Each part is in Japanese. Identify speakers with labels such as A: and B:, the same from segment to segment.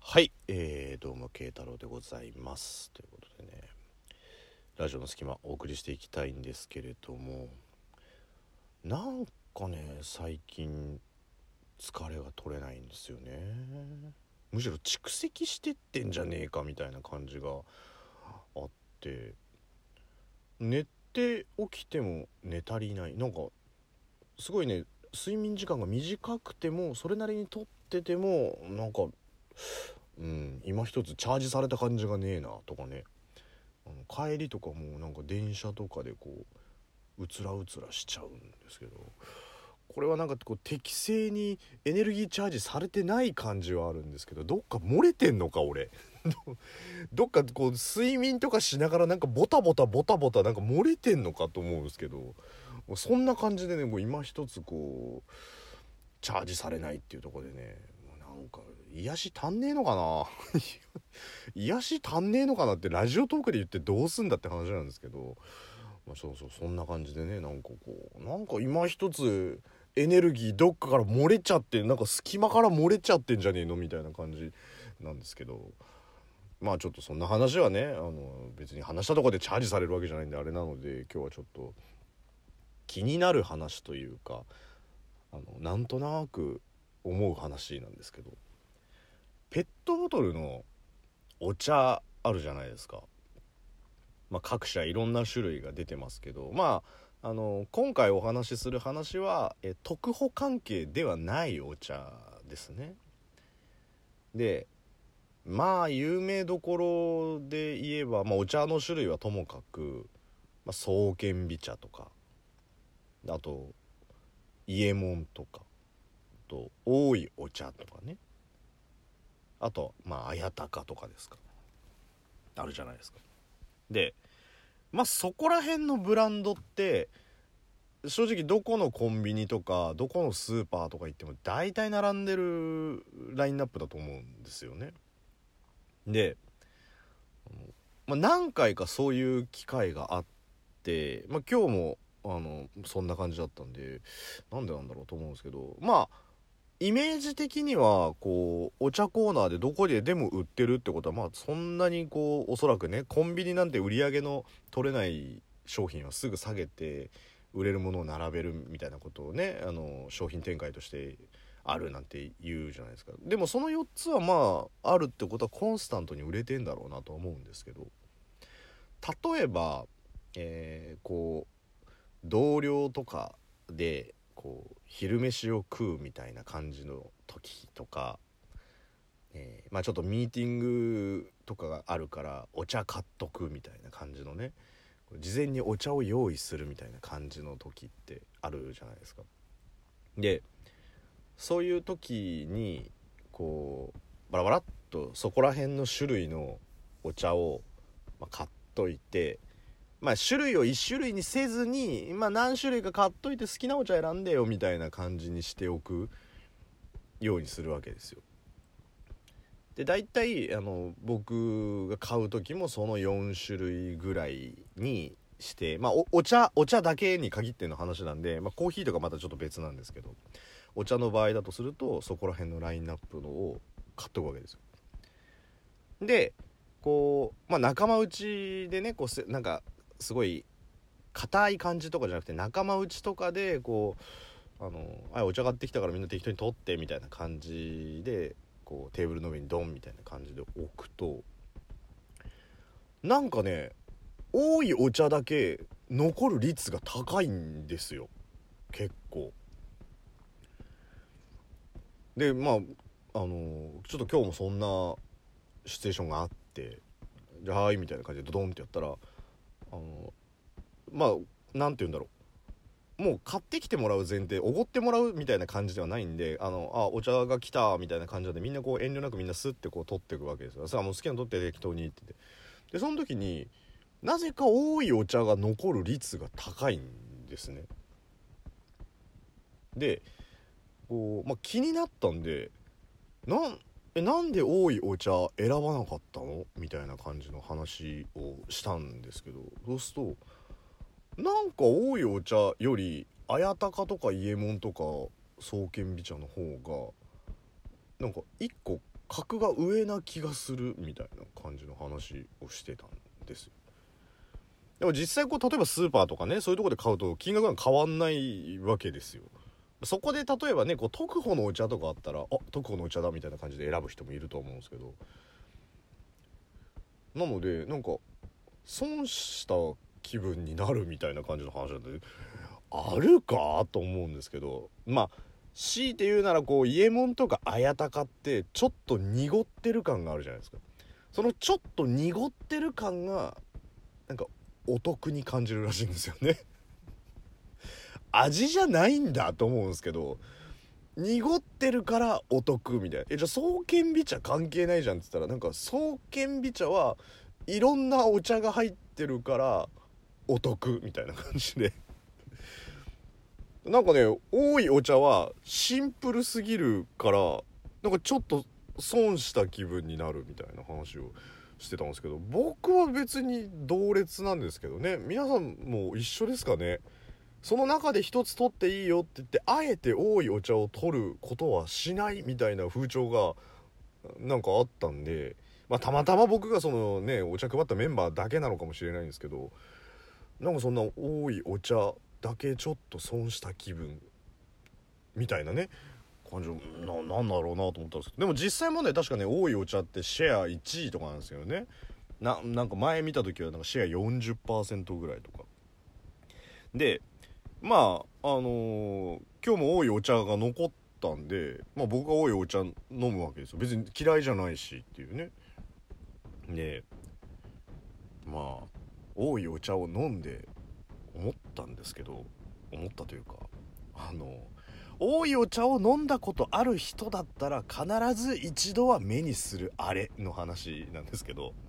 A: はい、どうも慶太郎でございますということでね、ラジオの隙間お送りしていきたいんですけれども、なんかね最近疲れが取れないんですよね。むしろ蓄積してってんじゃねえかみたいな感じがあって、寝て起きても寝足りない、なんかすごいね、睡眠時間が短くてもそれなりにとっててもなんか今一つチャージされた感じがねえなとかね、帰りとかもなんか電車とかでこううつらうつらしちゃうんですけど、これはなんかこう適正にエネルギーチャージされてない感じはあるんですけど、どっか漏れてんのか俺どっかこう睡眠とかしながらなんかボタボタなんか漏れてんのかと思うんですけど、もうそんな感じでね、もう今一つこうチャージされないっていうところでね、もうなんか癒し足んねえのかな癒し足んねえのかなってラジオトークで言ってどうすんだって話なんですけど、そうそんな感じでね、なんか今一つエネルギーどっかから漏れちゃって、なんか隙間から漏れちゃってんじゃねえのみたいな感じなんですけど、ちょっとそんな話はね、別に話したところでチャージされるわけじゃないんであれなので、今日はちょっと気になる話というか、なんとなく思う話なんですけど、ペットボトルのお茶あるじゃないですか。各社いろんな種類が出てますけど、今回お話しする話は特保関係ではないお茶ですね。で有名どころで言えば、お茶の種類はともかく、爽健美茶とか、あと伊右衛門とか、あと大井お茶とかね、あと綾鷹とかですか、あるじゃないですか。でそこら辺のブランドって正直どこのコンビニとかどこのスーパーとか行っても大体並んでるラインナップだと思うんですよね。で、何回かそういう機会があって、今日もそんな感じだったんで、なんでなんだろうと思うんですけど、イメージ的にはこうお茶コーナーでどこででも売ってるってことは、そんなにこうおそらくね、コンビニなんて売り上げの取れない商品はすぐ下げて売れるものを並べるみたいなことをね、商品展開としてあるなんて言うじゃないですか。でもその4つはあるってことはコンスタントに売れてんだろうなとは思うんですけど、例えば、こう同僚とかでこう昼飯を食うみたいな感じの時とか、ちょっとミーティングとかがあるからお茶買っとくみたいな感じのね、事前にお茶を用意するみたいな感じの時ってあるじゃないですか。でそういう時にこうバラバラっとそこら辺の種類のお茶を、買っといて、種類を1種類にせずに、何種類か買っといて好きなお茶選んでよみたいな感じにしておくようにするわけですよ。で大体僕が買う時もその4種類ぐらいにして、お茶だけに限っての話なんで、コーヒーとかまたちょっと別なんですけど、お茶の場合だとするとそこら辺のラインナップのを買っとくわけですよ。でこう、仲間内でね、なんかすごい硬い感じとかじゃなくて、仲間内とかでこうお茶買ってきたからみんな適当に取ってみたいな感じでこうテーブルの上にドンみたいな感じで置くと、なんかね多いお茶だけ残る率が高いんですよ、結構。でちょっと今日もそんなシチュエーションがあって、じゃあはいみたいな感じでドドンってやったら、なんて言うんだろう、もう買ってきてもらう前提、おごってもらうみたいな感じではないんで、お茶が来たみたいな感じで、みんなこう遠慮なくみんなスッてこう取っていくわけですよ。さあもう好きなの取って適当にって言って、でその時になぜか多いお茶が残る率が高いんですね。でこう、気になったんで、なんで多いお茶選ばなかったのみたいな感じの話をしたんですけど、そうするとなんか多いお茶より綾鷹とか伊右衛門とか爽健美茶の方がなんか1個格が上な気がするみたいな感じの話をしてたんですよ。でも実際こう例えばスーパーとかね、そういうところで買うと金額が変わんないわけですよ。そこで例えばねこう特保のお茶とかあったら、特保のお茶だみたいな感じで選ぶ人もいると思うんですけど、なのでなんか損した気分になるみたいな感じの話なんで、あるかと思うんですけど、まあ強いて言うならこう伊右衛門とか綾鷹ってちょっと濁ってる感があるじゃないですか。そのちょっと濁ってる感がなんかお得に感じるらしいんですよね。味じゃないんだと思うんですけど、濁ってるからお得みたいな。じゃあ爽健美茶関係ないじゃんって言ったら、なんか爽健美茶はいろんなお茶が入ってるからお得みたいな感じでなんかね、多いお茶はシンプルすぎるからなんかちょっと損した気分になるみたいな話をしてたんですけど、僕は別に同列なんですけどね。皆さんも一緒ですかね。その中で一つ取っていいよって言ってあえて多いお茶を取ることはしないみたいな風潮がなんかあったんで、まあたまたま僕がそのねお茶配ったメンバーだけなのかもしれないんですけど、なんかそんな多いお茶だけちょっと損した気分みたいなね感じなんだろうなと思ったんですけど、でも実際もね確かね多いお茶ってシェア1位とかなんですよね。なんか前見た時はなんかシェア 40% ぐらいとかで、まあ今日も多いお茶が残ったんで、まあ僕が多いお茶飲むわけですよ。別に嫌いじゃないしっていうね。でまあ多いお茶を飲んで思ったんですけど、思ったというか多いお茶を飲んだことある人だったら必ず一度は目にするあれの話なんですけど、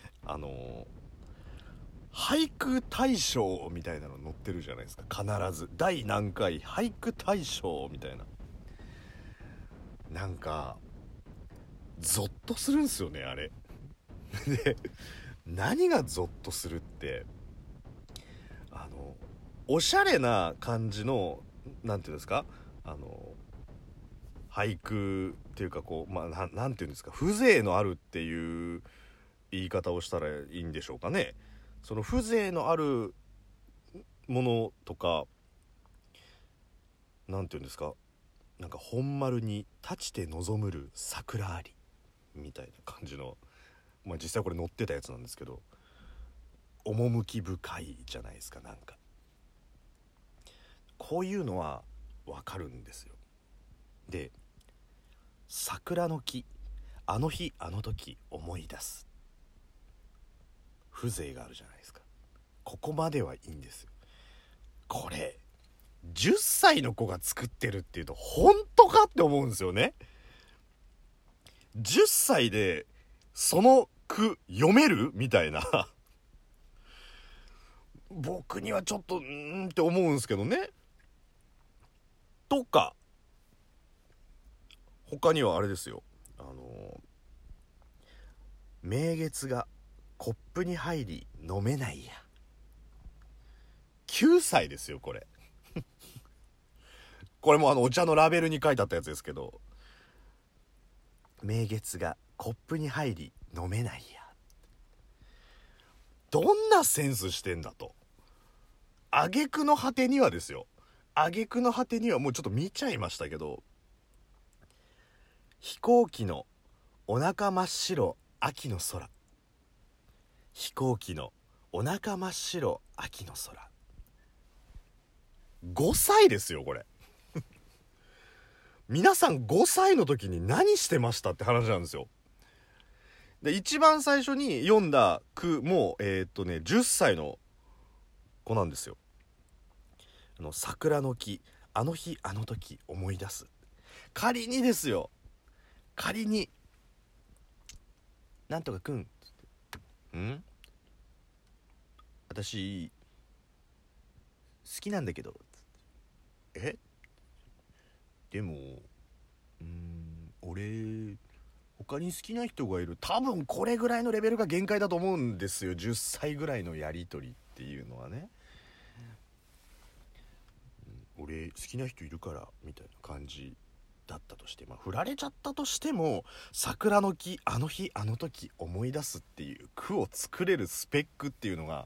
A: 俳句大賞みたいなの載ってるじゃないですか。必ず第何回俳句大賞みたいな、なんかゾッとするんすよねあれ。で何がゾッとするっておしゃれな感じのなんていうんですか、俳句っていうかこうなんていうんですか、風情のあるっていう言い方をしたらいいんでしょうかね。その風情のあるものとかなんていうんですか、なんか本丸に立ちて望むる桜ありみたいな感じの、まあ実際これ載ってたやつなんですけど、趣深いじゃないですか。なんかこういうのはわかるんですよ。で桜の木、あの日あの時思い出す風情があるじゃないですか。ここまではいいんですよ。これ10歳の子が作ってるっていうと本当かって思うんですよね。10歳でその句読めるみたいな僕にはちょっとって思うんですけどね。とか他にはあれですよ、名月がコップに入り飲めないや、9歳ですよこれこれもお茶のラベルに書いてあったやつですけど、名月がコップに入り飲めないや、どんなセンスしてんだと。挙句の果てにはですよ、挙句の果てにはもうちょっと見ちゃいましたけど、飛行機のお腹真っ白秋の空、飛行機のお腹真っ白秋の空、5歳ですよこれ皆さん5歳の時に何してましたって話なんですよ。で一番最初に読んだ句も10歳の子なんですよ。桜の木、あの日あの時思い出す。仮にですよ、仮になんとかくん私好きなんだけど、えでも俺他に好きな人がいる。多分これぐらいのレベルが限界だと思うんですよ。10歳ぐらいのやり取りっていうのはね、俺好きな人いるからみたいな感じだったとして、振られちゃったとしても桜の木あの日あの時思い出すっていう句を作れるスペックっていうのが、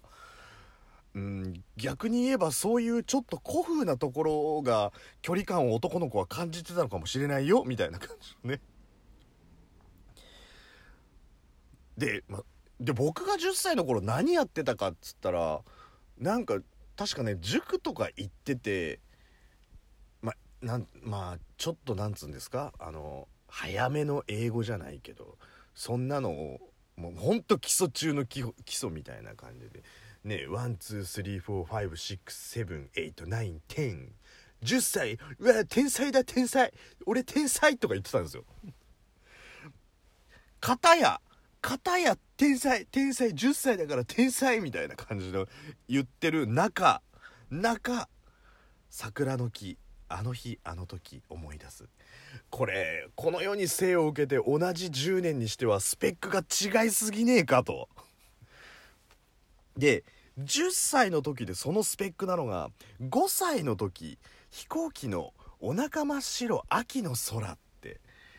A: 逆に言えばそういうちょっと古風なところが距離感を男の子は感じてたのかもしれないよみたいな感じのね。で僕が10歳の頃何やってたかっつったら、なんか確かね塾とか行ってて、ちょっとなんつうんですか、早めの英語じゃないけどそんなのをもうほんと基礎中の基礎みたいな感じでね、1,2,3,4,5,6,7,8,9,10 10歳、うわ天才だ天才俺天才とか言ってたんですよ。片や天才10歳だから天才みたいな感じの言ってる中桜の木あの日あの時思い出す、この世に生を受けて同じ10年にしてはスペックが違いすぎねえかと。で10歳の時でそのスペックなのが5歳の時飛行機のお腹真っ白秋の空って、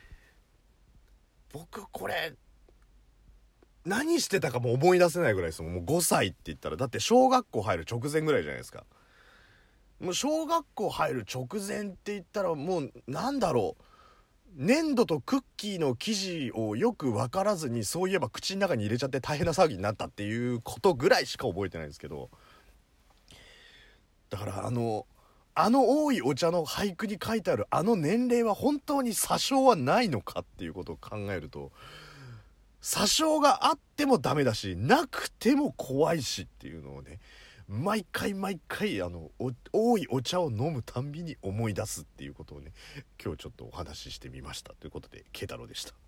A: 僕これ何してたかも思い出せないぐらいですもん。もう5歳って言ったらだって小学校入る直前ぐらいじゃないですか。もう小学校入る直前って言ったらもうなんだろう、粘土とクッキーの生地をよく分からずにそういえば口の中に入れちゃって大変な騒ぎになったっていうことぐらいしか覚えてないんですけど、だから多いお茶の俳句に書いてあるあの年齢は本当に詐称はないのかっていうことを考えると、詐称があってもダメだしなくても怖いしっていうのをね、毎回多いお茶を飲むたんびに思い出すっていうことをね、今日ちょっとお話ししてみましたということで、慶太郎でした。